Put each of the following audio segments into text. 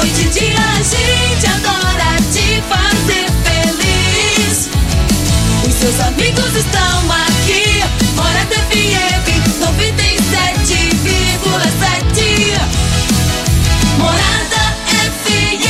Noite e dia a gente adora te fazer feliz. Os seus amigos estão aqui. Morada FM 97,7. Morada FM.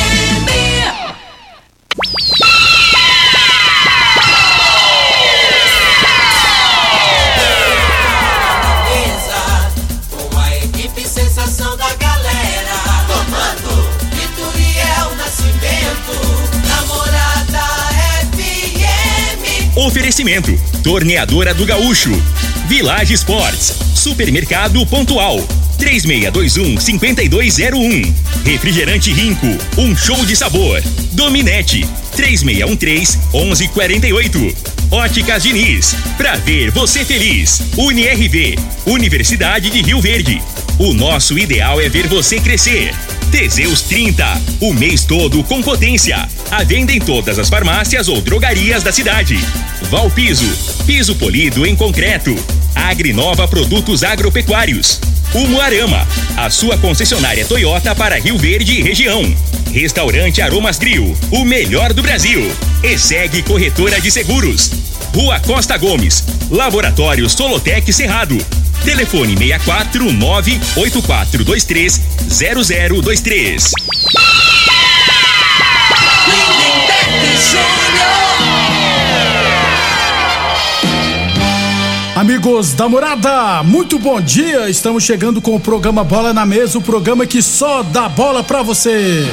Com a equipe sensação da galera. Comando Vitoriel Nascimento. Na Morada FM. Oferecimento: Torneadora do Gaúcho, Village Sports, Supermercado Pontual, 3621-5201. Refrigerante Rinco, um show de sabor. Dominete, 3613-1148. Óticas Diniz, pra ver você feliz. UniRV, Universidade de Rio Verde. O nosso ideal é ver você crescer. Teseus 30, o mês todo com potência. À venda em todas as farmácias ou drogarias da cidade. Valpiso, piso polido em concreto. Agrinova Produtos Agropecuários. Umuarama, a sua concessionária Toyota para Rio Verde e região. Restaurante Aromas Grill, o melhor do Brasil. ESSEG Corretora de Seguros. Rua Costa Gomes, Laboratório Solotec Cerrado. Telefone 649-8423-0023. Amigos da Morada, muito bom dia. Estamos chegando com o programa Bola na Mesa, o programa que só dá bola pra você.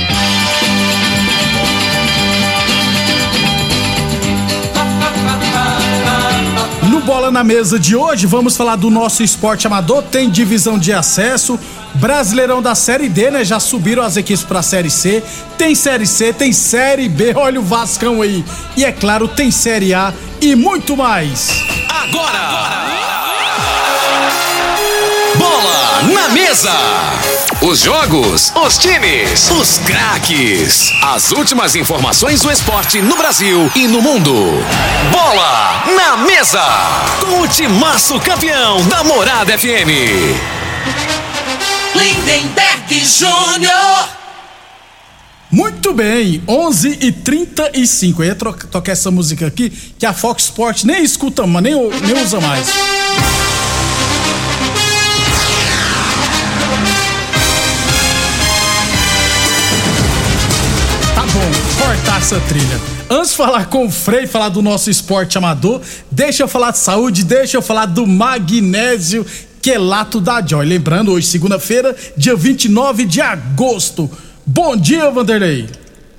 No Bola na Mesa de hoje, vamos falar do nosso esporte amador. Tem divisão de acesso, Brasileirão da Série D, né? Já subiram as equipes pra Série C. Tem Série C, tem Série B, olha o Vascão aí. E é claro, tem Série A e muito mais. Agora! Bola na Mesa! Os jogos, os times, os craques. As últimas informações do esporte no Brasil e no mundo. Bola na Mesa! Com o timaço campeão da Morada FM. Lindenberg Júnior. Muito bem, 11h35. Eu ia tocar essa música aqui, que a Fox Sports nem escuta, mas nem usa mais. Tá bom, cortar essa trilha. Antes de falar com o Frei, falar do nosso esporte amador, deixa eu falar de saúde, deixa eu falar do magnésio quelato da Joy. Lembrando, hoje, segunda-feira, dia 29 de agosto. Bom dia, Vanderlei.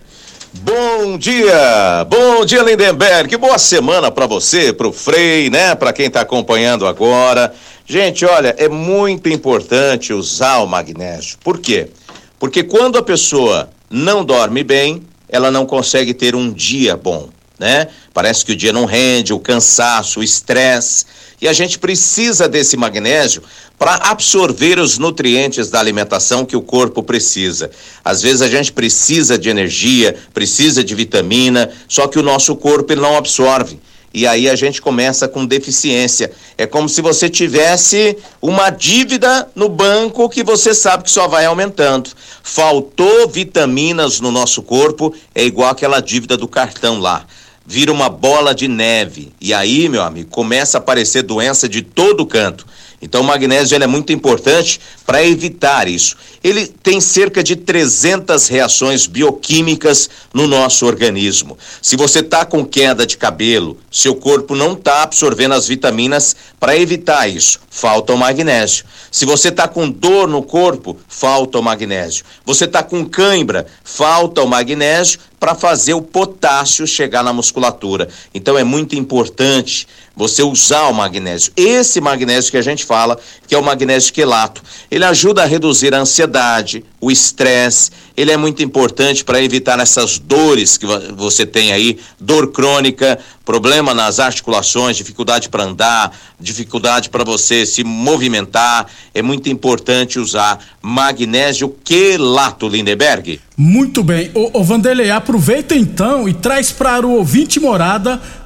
Bom dia, Lindenberg. Que boa semana pra você, pro Frei, né? Pra quem tá acompanhando agora. Gente, olha, é muito importante usar o magnésio. Por quê? Porque quando a pessoa não dorme bem, ela não consegue ter um dia bom, né? Parece que o dia não rende, o cansaço, o estresse. E a gente precisa desse magnésio para absorver os nutrientes da alimentação que o corpo precisa. Às vezes a gente precisa de energia, precisa de vitamina, só que o nosso corpo ele não absorve. E aí a gente começa com deficiência. É como se você tivesse uma dívida no banco que você sabe que só vai aumentando. Faltou vitaminas no nosso corpo, é igual aquela dívida do cartão lá. Vira uma bola de neve. E aí, meu amigo, começa a aparecer doença de todo canto. Então o magnésio ele é muito importante para evitar isso. Ele tem cerca de 300 reações bioquímicas no nosso organismo. Se você está com queda de cabelo, seu corpo não está absorvendo as vitaminas para evitar isso. Falta o magnésio. Se você está com dor no corpo, falta o magnésio. Você está com cãibra, falta o magnésio para fazer o potássio chegar na musculatura. Então é muito importante você usar o magnésio. Esse magnésio que a gente fala, que é o magnésio quelato, ele ajuda a reduzir a ansiedade, o estresse. Ele é muito importante para evitar essas dores que você tem aí, dor crônica, problema nas articulações, dificuldade para andar, dificuldade para você se movimentar. É muito importante usar magnésio quelato, Lindenberg. Muito bem. Ô Vanderlei, aproveita então e traz para o ouvinte Morada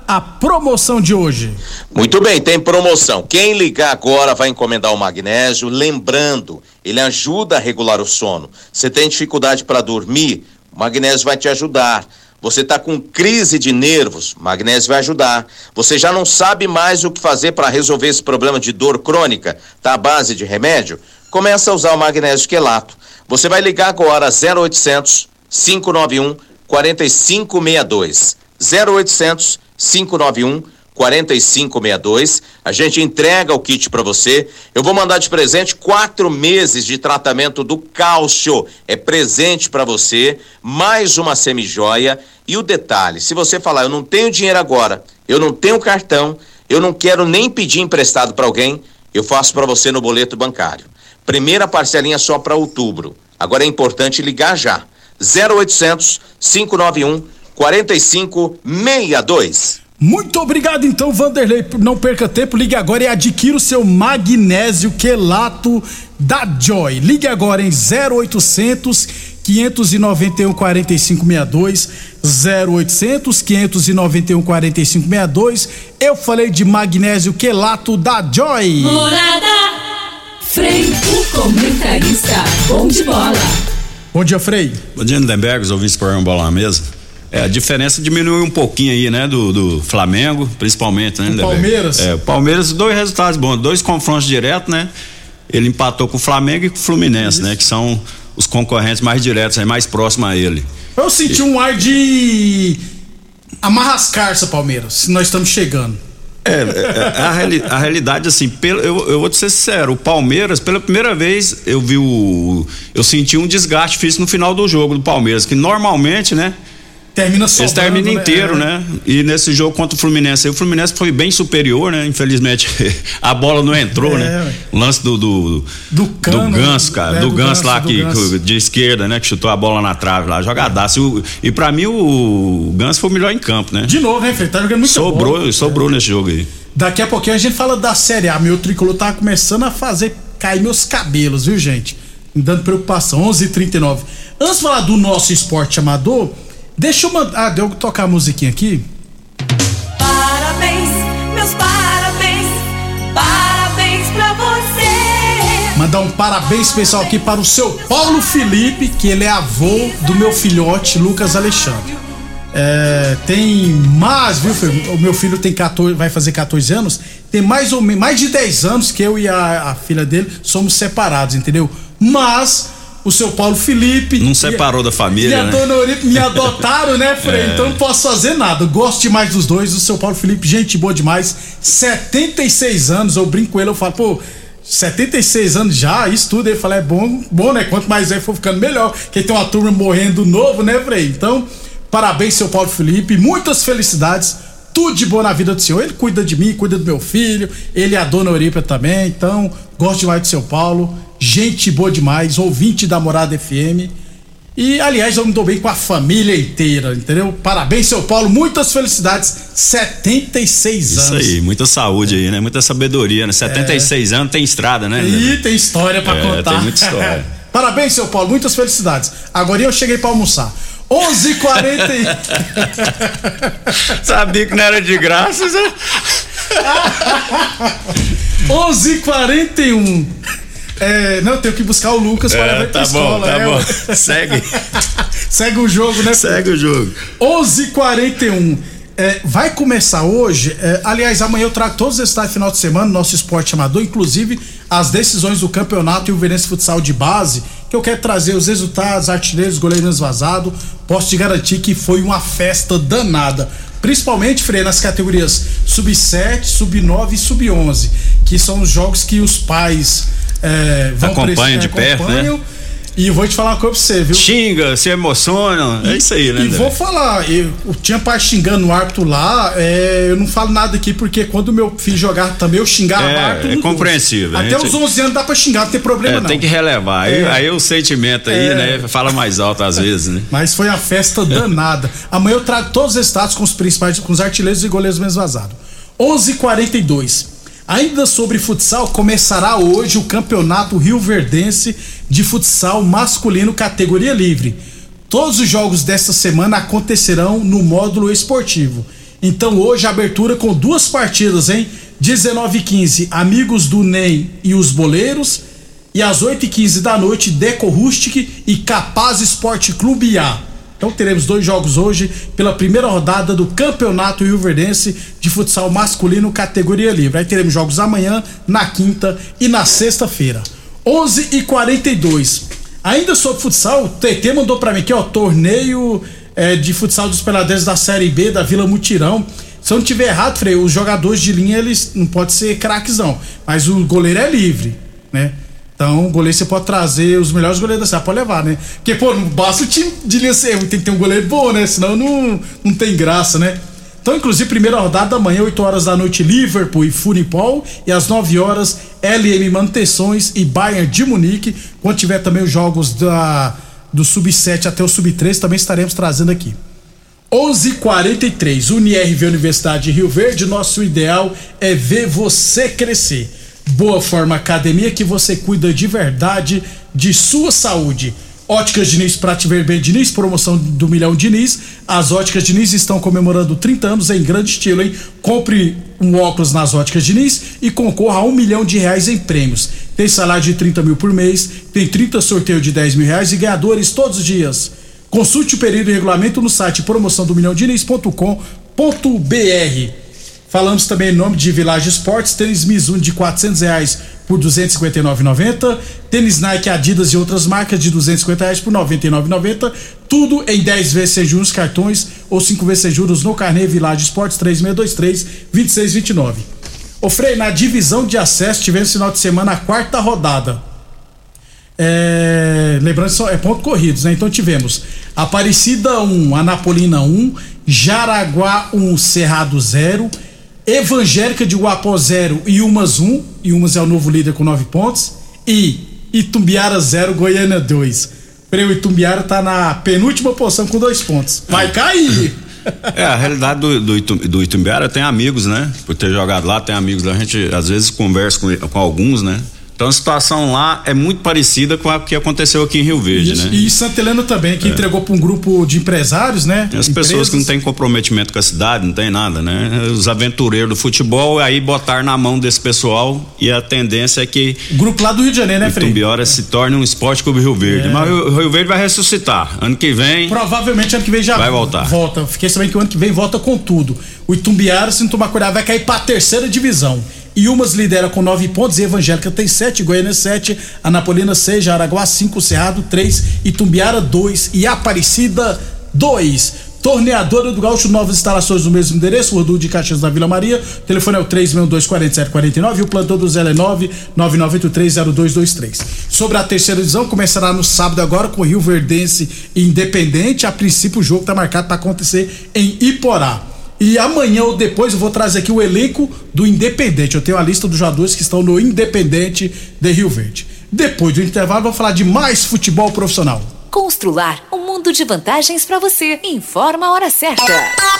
a promoção de hoje? Muito bem, tem promoção. Quem ligar agora vai encomendar o magnésio. Lembrando, ele ajuda a regular o sono. Você tem dificuldade para dormir? O magnésio vai te ajudar. Você está com crise de nervos? O magnésio vai ajudar. Você já não sabe mais o que fazer para resolver esse problema de dor crônica? Está à base de remédio? Começa a usar o magnésio quelato. Você vai ligar agora 0800 591 4562. 0800 591 4562. A gente entrega o kit para você. Eu vou mandar de presente 4 meses de tratamento do cálcio. É presente para você, mais uma semijoia. E o detalhe, se você falar, eu não tenho dinheiro agora, eu não tenho cartão, eu não quero nem pedir emprestado para alguém, eu faço para você no boleto bancário. Primeira parcelinha só para outubro. Agora é importante ligar já. 0800 591 4562. Muito obrigado então, Vanderlei. Não perca tempo, ligue agora e adquira o seu magnésio quelato da Joy. Ligue agora em 0800 591 4562. 0800 591 4562. Eu falei de magnésio quelato da Joy. Morada, Frei, o comentarista, bom de bola. Bom dia, Frei. Bom dia, Lindenberg, os ouvintes do programa Bola na Mesa. A diferença diminuiu um pouquinho aí, né, do Flamengo, principalmente, né, Lindenberg? Palmeiras? O Palmeiras, 2 resultados bons, 2 confrontos diretos, né? Ele empatou com o Flamengo e com o Fluminense, isso, né? Que são os concorrentes mais diretos, mais próximos a ele. Eu senti um ar de amarrascar-se, Palmeiras, nós estamos chegando. A realidade, assim, eu vou te ser sincero, o Palmeiras, pela primeira vez, eu senti um desgaste físico no final do jogo do Palmeiras, que normalmente, né? Eles terminam inteiro, né? E nesse jogo contra o Fluminense, o Fluminense foi bem superior, né? Infelizmente a bola não entrou, né? O lance do Ganso, cara, do Ganso lá de esquerda, né? Que chutou a bola na trave lá, jogadaço. E pra mim o Ganso foi o melhor em campo, né? De novo, né, Fê? Tá jogando muito Sobrou nesse jogo aí. Daqui a pouquinho a gente fala da Série A. Meu tricolor tá começando a fazer cair meus cabelos, viu, gente? Me dando preocupação. 11h39. Antes de falar do nosso esporte amador, deixa eu mandar. Deu tocar a musiquinha aqui. Parabéns, meus parabéns, parabéns pra você. Mandar um parabéns especial aqui para o seu Paulo Felipe, que ele é avô do meu filhote Lucas Alexandre. Tem mais, viu, filho? O meu filho tem 14, vai fazer 14 anos. Tem mais de 10 anos que eu e a filha dele somos separados, entendeu? Mas o seu Paulo Felipe não separou da família, e a dona Euripe me adotaram, né, Frei? Então não posso fazer nada. Gosto demais dos dois. O seu Paulo Felipe, gente boa demais. 76 anos, eu brinco com ele, eu falo, pô, 76 anos já, isso tudo. Ele fala, é bom, né? Quanto mais velho for ficando melhor. Porque tem uma turma morrendo novo, né, Frei? Então, parabéns, seu Paulo Felipe. Muitas felicidades. Tudo de bom na vida do senhor. Ele cuida de mim, cuida do meu filho. Ele e a dona Euripe também. Então, gosto demais do seu Paulo. Gente boa demais, ouvinte da Morada FM. E, aliás, eu me dou bem com a família inteira, entendeu? Parabéns, seu Paulo, muitas felicidades. 76 anos. Isso aí, muita saúde aí, né? Muita sabedoria, né? 76 anos tem estrada, né? E tem história pra contar. Tem muita história. Parabéns, seu Paulo, muitas felicidades. Agora eu cheguei pra almoçar. 11h40. Sabia que não era de graça, né? 11h41. Não, eu tenho que buscar o Lucas para levar pra escola. Tá bom. Segue. Segue o jogo, né? Segue o jogo. 11h41. Vai começar hoje. Aliás, amanhã eu trago todos os resultados de final de semana, nosso esporte amador, inclusive as decisões do campeonato e o Verense Futsal de base, que eu quero trazer os resultados, artilheiros, goleiros vazados. Posso te garantir que foi uma festa danada. Principalmente, Frei, nas categorias sub-7, sub-9 e sub-11, que são os jogos que os pais vão acompanham de perto, né? E vou te falar uma coisa pra você, viu? Xinga, se emociona, é isso aí, né? E vou falar, eu tinha pai xingando o árbitro lá, eu não falo nada aqui porque quando meu filho jogava também eu xingava o árbitro. É compreensível. Até os 11 anos dá pra xingar, não tem problema não. Tem que relevar, aí o sentimento aí, né, fala mais alto às vezes, né? Mas foi a festa danada. Amanhã eu trago todos os estados com os principais, com os artilheiros e goleiros menos vazados. 11h42. Ainda sobre futsal, começará hoje o campeonato rioverdense de futsal masculino categoria livre. Todos os jogos desta semana acontecerão no módulo esportivo. Então hoje a abertura com 2 partidas, hein? 19h15, Amigos do NEM e os Boleiros. E às 8h15 da noite, Deco Rustic e Capaz Esporte Clube A. Então teremos 2 jogos hoje pela primeira rodada do Campeonato Rioverdense de Futsal Masculino categoria livre. Aí teremos jogos amanhã, na quinta e na sexta-feira. 11h42. Ainda sobre futsal, o TT mandou pra mim aqui, ó, torneio de futsal dos peladeiros da Série B da Vila Mutirão. Se eu não tiver errado, Frei, os jogadores de linha, eles não podem ser craques não, mas o goleiro é livre, né? Então, o goleiro você pode trazer os melhores goleiros da cidade, pode levar, né? Porque, pô, não basta o time de linha ser, tem que ter um goleiro bom, né? Senão não tem graça, né? Então, inclusive, primeira rodada amanhã, 8 horas da noite, Liverpool e Funipol. E às 9 horas, LM Manutenções e Bayern de Munique. Quando tiver também os jogos do Sub-7 até o Sub-3, também estaremos trazendo aqui. 11h43, UniRV Universidade de Rio Verde. Nosso ideal é ver você crescer. Boa Forma Academia, que você cuida de verdade de sua saúde. Óticas Diniz, Prate Ver Bem Diniz, promoção do Milhão Diniz. As Óticas Diniz estão comemorando 30 anos em grande estilo, hein? Compre um óculos nas Óticas Diniz e concorra a R$1 milhão em prêmios. Tem salário de 30 mil por mês, tem 30 sorteios de R$10 mil e ganhadores todos os dias. Consulte o período e regulamento no site promoçãodomilhãodiniz.com.br. Falamos também em nome de Village Esportes, tênis Mizuno de R$400 por R$ 259,90, tênis Nike, Adidas e outras marcas de R$250 por R$ 99,90, tudo em 10 vezes sem juros, cartões ou 5 vezes sem juros no carnê. Village Esportes 3623-2629. Ô Frei, na divisão de acesso tivemos no final de semana a 4ª rodada. Lembrando que é ponto corridos, né? Então tivemos Aparecida 1, Anapolina 1, Jaraguá 1, Cerrado 0, Evangélica de Guapó 0 e Umas 1, e Umas é o novo líder com 9 pontos, e Itumbiara 0, Goiânia 2. O Itumbiara tá na penúltima posição com 2 pontos. Vai cair! A realidade do Itumbiara, tem amigos, né? Por ter jogado lá, tem amigos lá, a gente às vezes conversa com alguns, né? Então a situação lá é muito parecida com a que aconteceu aqui em Rio Verde, né? E Santa Helena também, que entregou para um grupo de empresários, né? As pessoas que não têm comprometimento com a cidade, não tem nada, né? Os aventureiros do futebol, aí botar na mão desse pessoal, e a tendência é que o grupo lá do Rio de Janeiro, né, Frei? Itumbiara se torne um Esporte Clube Rio Verde. Mas o Rio Verde vai ressuscitar. Ano que vem. Provavelmente ano que vem já vai voltar. Volta. Fiquei sabendo que o ano que vem volta com tudo. O Itumbiara, se não tomar cuidado, vai cair para a 3ª divisão. E Umas lidera com 9 pontos, e Evangélica tem 7, Goiânia 7, Anapolina 6, Jaraguá 5, Cerrado 3, Itumbiara 2 e Aparecida 2. Torneadora do Gaúcho, novas instalações no mesmo endereço, Rodul de Caxias da Vila Maria. O telefone é o 362-4749 e o plantão do Zé é 999830223. Sobre a 3ª divisão, começará no sábado agora com Rio Verdense e Independente. A princípio o jogo está marcado para acontecer em Iporá. E amanhã ou depois eu vou trazer aqui o elenco do Independente. Eu tenho a lista dos jogadores que estão no Independente de Rio Verde. Depois do intervalo, vou falar de mais futebol profissional. Constrular um mundo de vantagens para você. Informa a hora certa.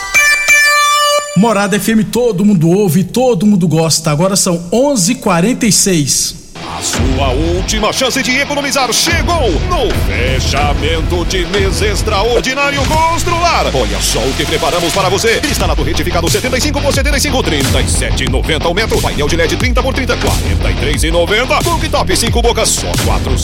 Morada FM, todo mundo ouve, todo mundo gosta. Agora são 11h46. A sua última chance de economizar chegou no fechamento de mês extraordinário Constrular. Olha só o que preparamos para você. Instalado retificado 75 por 75, 37,90 o metro. Painel de LED 30 por 30, 43,90. Cooktop 5 bocas, só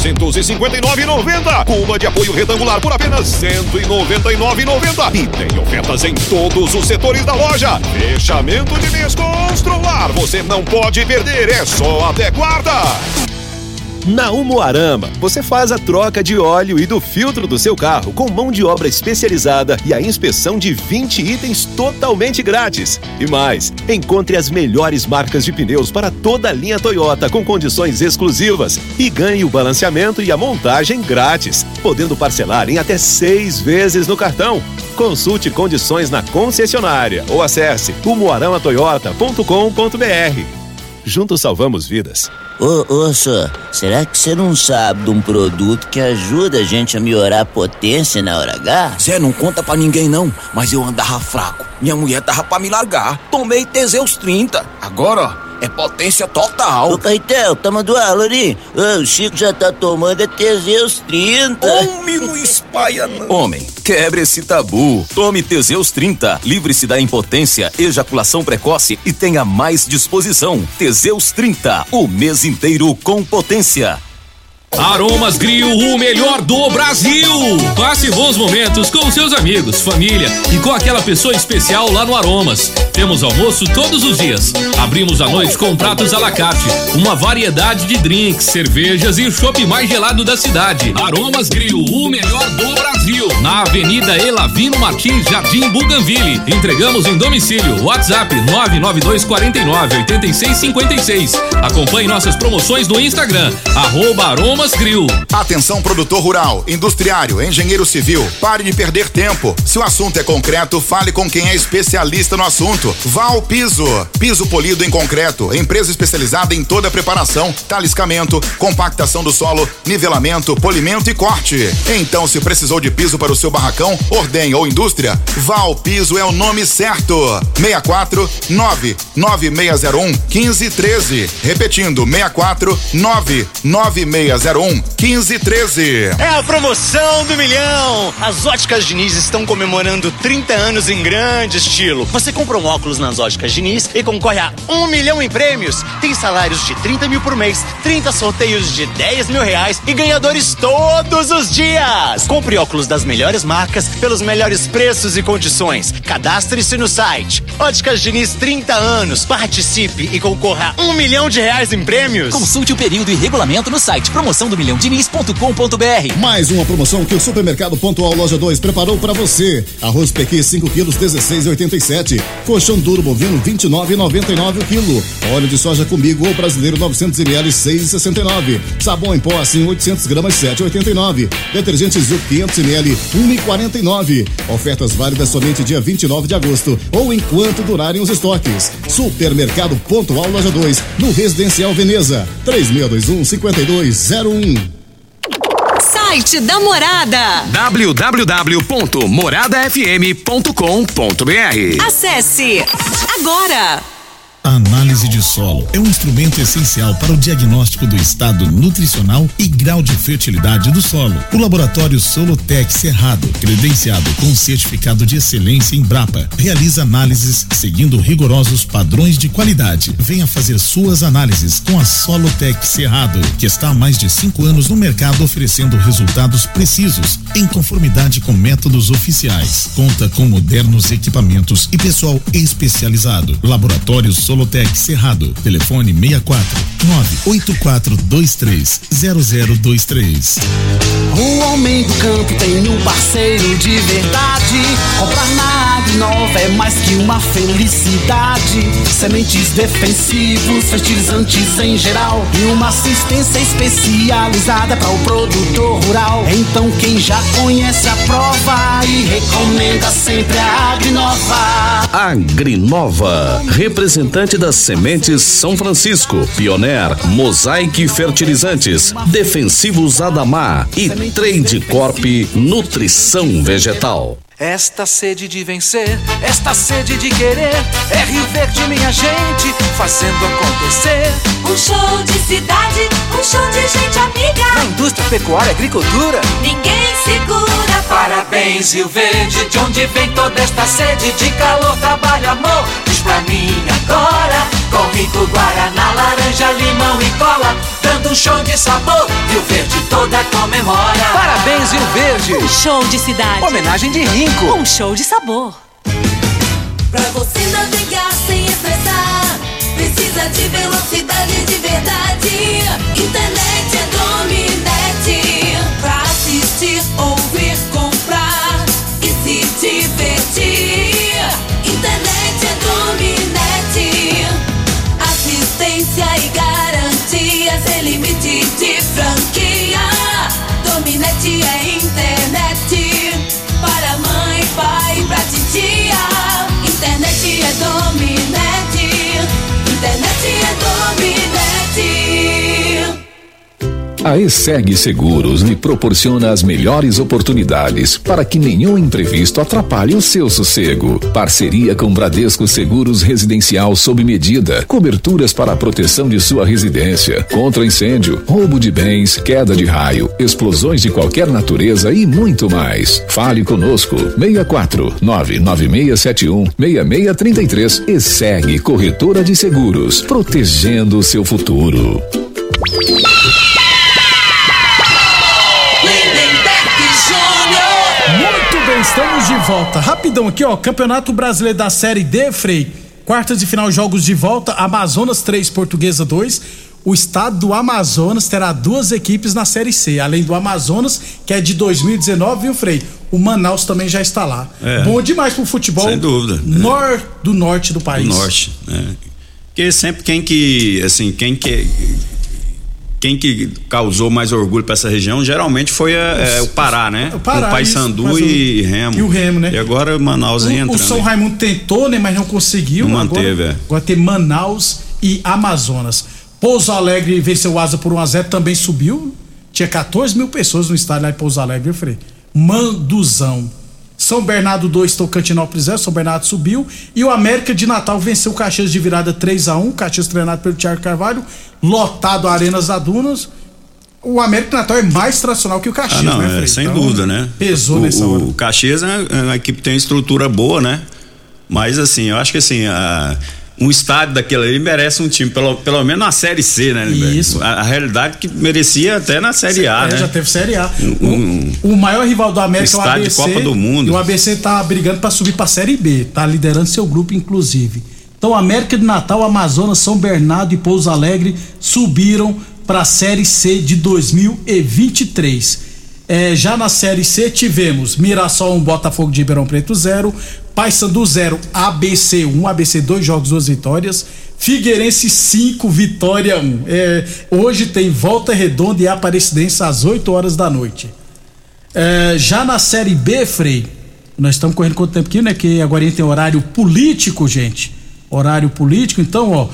459,90. Cuba de apoio retangular por apenas 199,90. E tem ofertas em todos os setores da loja. Fechamento de mês Constrular. Você não pode perder, é só até quarta. Na Umuarama, você faz a troca de óleo e do filtro do seu carro com mão de obra especializada e a inspeção de 20 itens totalmente grátis. E mais, encontre as melhores marcas de pneus para toda a linha Toyota com condições exclusivas e ganhe o balanceamento e a montagem grátis, podendo parcelar em até 6 vezes no cartão. Consulte condições na concessionária ou acesse umuaramatoyota.com.br. Juntos salvamos vidas. Ô, senhor, será que você não sabe de um produto que ajuda a gente a melhorar a potência na hora H? Zé, não conta pra ninguém não, mas eu andava fraco. Minha mulher tava pra me largar. Tomei Teseus 30. Agora, ó, é potência total. Ô, Caetel, tá mandando aula ali? O Chico já tá tomando Teseus 30. Homem, não espalha não. Homem, quebre esse tabu. Tome Teseus 30. Livre-se da impotência, ejaculação precoce e tenha mais disposição. Teseus 30, o mês inteiro com potência. Aromas Grill, o melhor do Brasil. Passe bons momentos com seus amigos, família e com aquela pessoa especial lá no Aromas. Temos almoço todos os dias. Abrimos à noite com pratos à la carte, uma variedade de drinks, cervejas e o chopp mais gelado da cidade. Aromas Grill, o melhor do Brasil. Na Avenida Elavino Martins, Jardim Bougainville. Entregamos em domicílio. WhatsApp 992498656. Acompanhe nossas promoções no Instagram, @Aromas Grill. Atenção, produtor rural, industriário, engenheiro civil, pare de perder tempo. Se o assunto é concreto, fale com quem é especialista no assunto. Val Piso, piso polido em concreto, empresa especializada em toda a preparação, taliscamento, compactação do solo, nivelamento, polimento e corte. Então, se precisou de piso para o seu barracão, ordem ou indústria, Val Piso é o nome certo. 64 99601 1513. Repetindo, 64 99601 1513. É a promoção do milhão. As Óticas Diniz estão comemorando 30 anos em grande estilo. Você compra um óculos nas Óticas Diniz e concorre a 1 milhão em prêmios. Tem salários de 30 mil por mês, 30 sorteios de 10 mil reais e ganhadores todos os dias. Compre óculos das melhores marcas pelos melhores preços e condições. Cadastre-se no site. Óticas Diniz 30 anos. Participe e concorra a 1 milhão de reais em prêmios. Consulte o período e regulamento no site promoçãodomilhãodiniz.com.br. Mais uma promoção que o Supermercado Pontual Loja 2 preparou para você. Arroz Pequi 5 quilos 16,87. Colchão duro bovino 29,99 o quilo. Óleo de soja Comigo ou brasileiro 900 ml 6,69. Sabão em pó assim 800 gramas 7,89. Detergente Zul 500 ml 1,49. Ofertas válidas somente dia 29 de agosto ou enquanto durarem os estoques. Supermercado Pontual Loja 2 no Residencial Veneza 3621-5201. Site da Morada www.moradafm.com.br. Acesse agora. A análise de solo é um instrumento essencial para o diagnóstico do estado nutricional e grau de fertilidade do solo. O laboratório Solotec Cerrado, credenciado com certificado de excelência em Embrapa, realiza análises seguindo rigorosos padrões de qualidade. Venha fazer suas análises com a Solotec Cerrado, que está há mais de 5 anos no mercado oferecendo resultados precisos, em conformidade com métodos oficiais. Conta com modernos equipamentos e pessoal especializado. Laboratório Solotec Cerrado. Telefone 64-98423-0023. O homem do campo tem um parceiro de verdade. Comprar na Agrinova é mais que uma felicidade. Sementes defensivos, fertilizantes em geral e uma assistência especializada para o produtor rural. Então quem já conhece a prova e recomenda sempre a Agrinova. Agrinova, representante das sementes São Francisco, Pioneer, Mosaic Fertilizantes, Defensivos Adamar e Trade Corp Nutrição Vegetal. Esta sede de vencer, esta sede de querer, é Rio Verde, minha gente, fazendo acontecer. Um show de cidade, um show de gente amiga. Na indústria, pecuária, agricultura, ninguém segura. Parabéns, Rio Verde, de onde vem toda esta sede de calor, trabalho, amor. Diz pra mim agora, com rico guaraná, laranja, limão e cola, dando um show de sabor. Rio Verde toda comemora. Parabéns, Rio Verde. Um show de cidade. Homenagem de Rinco. Um show de sabor. Pra você navegar sem estressar, precisa de velocidade de verdade. Internet é Dominete. Pra assistir, ouvir, comprar e se divertir. Internet é Dominete. Assistência e garantia sem limite de franquia. Dominete é internet para mãe, pai, pra titia. Internet é Dominete. Internet é Dominete. A ESSEG Seguros lhe proporciona as melhores oportunidades para que nenhum imprevisto atrapalhe o seu sossego. Parceria com Bradesco Seguros Residencial sob medida. Coberturas para a proteção de sua residência, contra incêndio, roubo de bens, queda de raio, explosões de qualquer natureza e muito mais. Fale conosco. 64-99671-6633. ESSEG Corretora de Seguros, protegendo o seu futuro. Muito bem, estamos de volta. Rapidão aqui, ó, Campeonato Brasileiro da Série D, Frei. Quartas de final, jogos de volta, Amazonas 3, Portuguesa 2. O estado do Amazonas terá 2 equipes na Série C, além do Amazonas, que é de 2019, viu, Frei? O Manaus também já está lá. Bom demais pro futebol. Sem dúvida. Do norte do país. Do norte, Porque sempre quem que causou mais orgulho para essa região geralmente foi o Pará, né? O Pará, com Paysandu e Remo. E o Remo, né? E agora Manaus entrando. O São Raimundo tentou, né? Mas não conseguiu. Não manteve, Agora tem Manaus e Amazonas. Pouso Alegre venceu o Asa por 1-0, também subiu. Tinha 14 mil pessoas no estádio lá em Pouso Alegre, Frei. Manduzão. São Bernardo 2, Tocantinópolis 0, São Bernardo subiu. E o América de Natal venceu o Caxias de virada 3-1. Caxias treinado pelo Thiago Carvalho, lotado Arenas da Dunas. O América de Natal é mais tradicional que o Caxias, né, Frei? Sem então, dúvida, né? Pesou nessa hora. O Caxias é uma equipe que tem estrutura boa, né? Mas assim, eu acho que assim, um estádio daquele ali merece um time, pelo menos na Série C, né, Linberg? Isso. A realidade que merecia até na Série A, né? Já teve Série A. O maior rival do América é o ABC. De Copa do Mundo. E o ABC tá brigando para subir para Série B, tá liderando seu grupo, inclusive. Então, América de Natal, Amazonas, São Bernardo e Pouso Alegre subiram para a Série C de 2023. Já na Série C tivemos Mirassol 1, Botafogo de Ribeirão Preto 0, Paysandu 0, ABC 1, ABC 2 jogos, 2 vitórias, Figueirense 5, Vitória 1. Hoje tem Volta Redonda e Aparecidense às 8 horas da noite. Já na Série B, Frei, nós estamos correndo quanto tempo aqui, né? Que agora tem horário político, gente. Horário político, então, ó,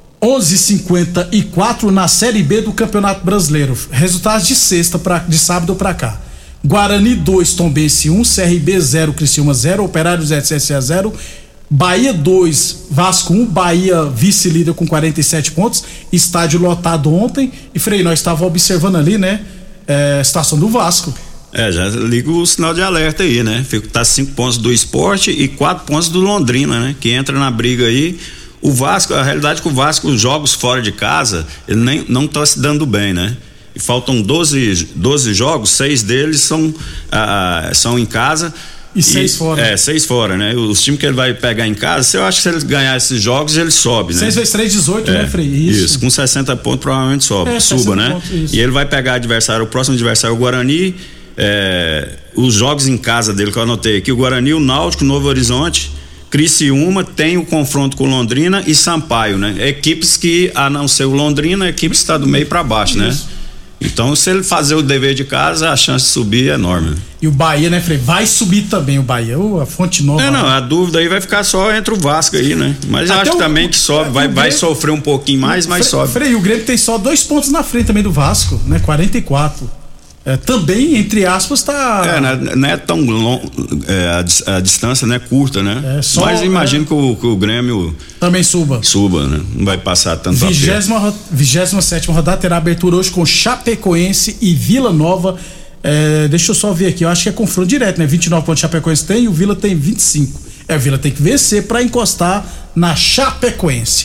11h54 na Série B do Campeonato Brasileiro. Resultados de sexta, de sábado pra cá. Guarani 2, Tombense 1, CRB 0, Criciúma 0, Operário 0, CSA 0, Bahia 2, Vasco 1, Bahia vice-líder com 47 pontos, estádio lotado ontem. E Frei, nós estávamos observando ali, né? Situação do Vasco. Já liga o sinal de alerta aí, né? Tá 5 pontos do Sport e 4 pontos do Londrina, né? Que entra na briga aí. O Vasco, a realidade é que o Vasco, os jogos fora de casa, ele não tá se dando bem, né? E faltam 12 jogos, 6 deles são em casa. E 6 fora. 6 fora, né? Os times que ele vai pegar em casa, eu acho que se ele ganhar esses jogos, ele sobe, né? 6 vezes 3, 18, né, Frei? Isso, com 60 pontos provavelmente suba, né? Pontos, e ele vai pegar o próximo adversário, o Guarani, os jogos em casa dele que eu anotei aqui, o Guarani, o Náutico, Novo Horizonte, Criciúma, tem o confronto com Londrina e Sampaio, né? Equipes que, a não ser o Londrina, a equipe está do meio para baixo, né? Então, se ele fazer o dever de casa, a chance de subir é enorme. E o Bahia, né, Frei? Vai subir também o Bahia, a Fonte Nova. A dúvida aí vai ficar só entre o Vasco aí, né? Mas eu acho também que sobe, vai sofrer um pouquinho mais, mas sobe. Frei, o Grêmio tem só 2 pontos na frente também do Vasco, né? 44. Também, entre aspas, tá. Não é tão longo, a distância não é curta, né? Mas imagino que o Grêmio também suba, né? Não vai passar tanto 27ª rodada terá abertura hoje com Chapecoense e Vila Nova. Deixa eu só ver aqui, eu acho que é confronto direto, né? 29 pontos Chapecoense tem e o Vila tem 25. A Vila tem que vencer para encostar na Chapecoense.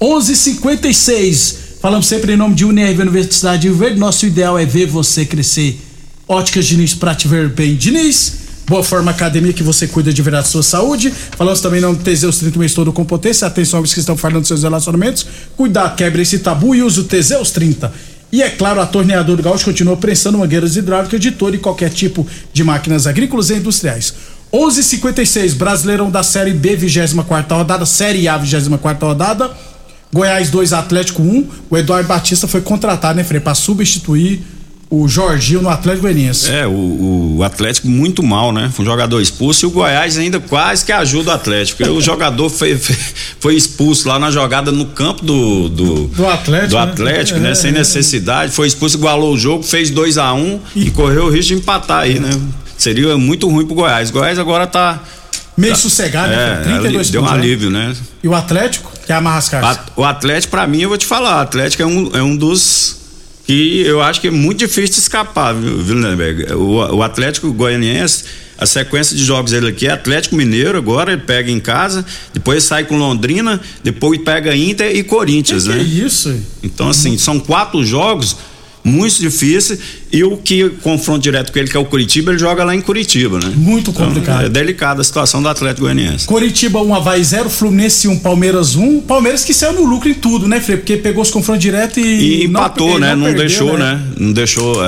11h56. Falamos sempre em nome de UniRV Universidade de Rio Verde. Nosso ideal é ver você crescer. Óticas Diniz, pra te ver bem, Diniz. Boa Forma Academia, que você cuida de verdade da sua saúde. Falamos também em nome do Teseus 30 mês todo com potência. Atenção aos que estão falando dos seus relacionamentos. Cuidado, quebre esse tabu e use o Teseus 30. E é claro, a Torneadora do Gaúcho continua prensando mangueiras hidráulicas de todo e qualquer tipo de máquinas agrícolas e industriais. 11h56, Brasileirão da Série B, 24ª rodada, Série A, 24ª rodada. Goiás 2, Atlético 1. O Eduardo Batista foi contratado, né, Frei, pra substituir o Jorginho no Atlético Goianiense. O Atlético muito mal, né? Foi um jogador expulso e o Goiás ainda quase que ajuda o Atlético. O jogador foi expulso lá na jogada no campo do Atlético, né? Sem necessidade, foi expulso, igualou o jogo, fez 2-1 e correu o risco de empatar aí, né? Seria muito ruim pro Goiás. O Goiás agora tá meio sossegado, né? 32 deu um alívio, né? E o Atlético, que é a Marrascaça? O Atlético, pra mim, eu vou te falar, o Atlético é um dos que eu acho que é muito difícil de escapar, viu, Lindenberg? O Atlético Goianiense, a sequência de jogos dele aqui é Atlético Mineiro, agora ele pega em casa, depois sai com Londrina, depois pega Inter e Corinthians, né? Que isso? Então, assim, são 4 jogos muito difícil, e o que confronto direto com ele, que é o Curitiba, ele joga lá em Curitiba, né? Muito complicado. Então, é delicada a situação do Atlético Goianiense. Curitiba 1, Avaí 0, Fluminense 1, Palmeiras 1. Palmeiras que saiu no lucro em tudo, né, Frei? Porque pegou os confrontos direto e empatou, né? Não perdeu, deixou, né? Não deixou.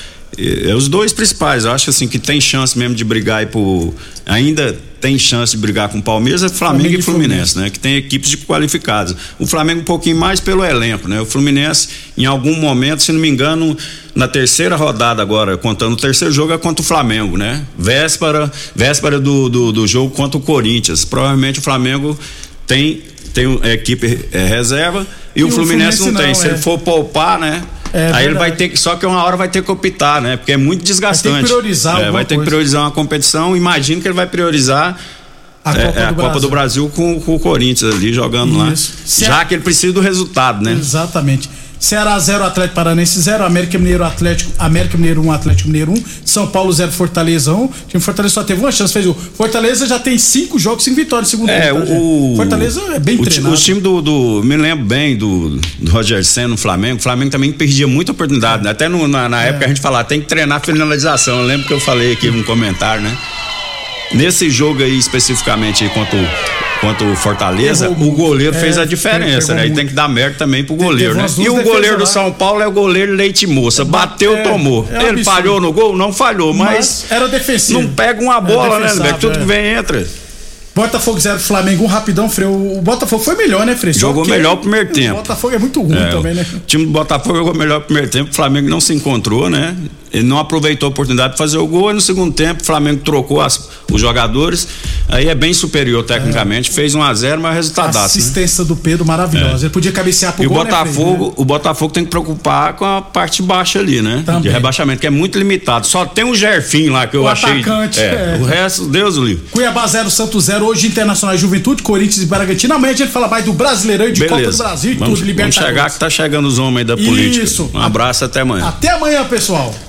Os dois principais, eu acho assim que tem chance mesmo de brigar aí ainda tem chance de brigar com o Palmeiras, é Flamengo e Fluminense, né? Que tem equipes qualificadas. O Flamengo um pouquinho mais pelo elenco, né? O Fluminense, em algum momento, se não me engano, na terceira rodada agora, contando o terceiro jogo, é contra o Flamengo, né? Véspera do jogo contra o Corinthians. Provavelmente o Flamengo tem equipe reserva e o Fluminense não tem. Se ele for poupar, né? Aí ele vai ter que, só que uma hora vai ter que optar, né? Porque é muito desgastante. Vai ter que priorizar vai ter que priorizar uma competição. Imagino que ele vai priorizar a Copa do Brasil com o Corinthians ali jogando lá. Já que ele precisa do resultado, né? Exatamente. Ceará 0, Atlético Paranaense 0, América Mineiro 1, Atlético Mineiro 1, São Paulo 0, Fortaleza 1. O time Fortaleza só teve uma chance, fez o Fortaleza já tem 5 jogos, 5 vitórias no segundo tempo. Fortaleza é bem treinado. O time me lembro bem do Roger Senna no Flamengo. O Flamengo também perdia muita oportunidade, né? Até na época a gente falava, tem que treinar finalização. Eu lembro que eu falei aqui num comentário, né? Nesse jogo aí especificamente contra o Fortaleza, o goleiro fez a diferença, né? E tem que dar mérito também pro goleiro, né? E o goleiro do São Paulo é o goleiro Leite Moça. Bateu, tomou. Ele falhou no gol? Não falhou, mas era defensivo. Não pega uma bola, né? Tudo que vem entra. Botafogo 0, Flamengo 1, rapidão, Frei. O Botafogo foi melhor, né, Frei? Jogou melhor o primeiro tempo. O Botafogo é muito ruim também, né? O time do Botafogo jogou melhor o primeiro tempo, o Flamengo não se encontrou, né? Ele não aproveitou a oportunidade de fazer o gol, e no segundo tempo o Flamengo trocou os jogadores, aí é bem superior tecnicamente, fez 1-0, mas resultado. A assistência do Pedro maravilhosa. Ele podia cabecear pro gol, o Botafogo tem que preocupar com a parte baixa ali, né? Também. De rebaixamento, que é muito limitado. Só tem o Gerfim lá que eu achei. Atacante, O resto, Deus o livre. Cuiabá 0, Santos 0, hoje Internacional e Juventude, Corinthians e Bragantino. Amanhã a gente fala mais do Brasileirão e de Copa do Brasil e tudo, Libertadores. Vamos chegar que tá chegando os homens aí da política. Isso. Um abraço, até amanhã. Até amanhã, pessoal.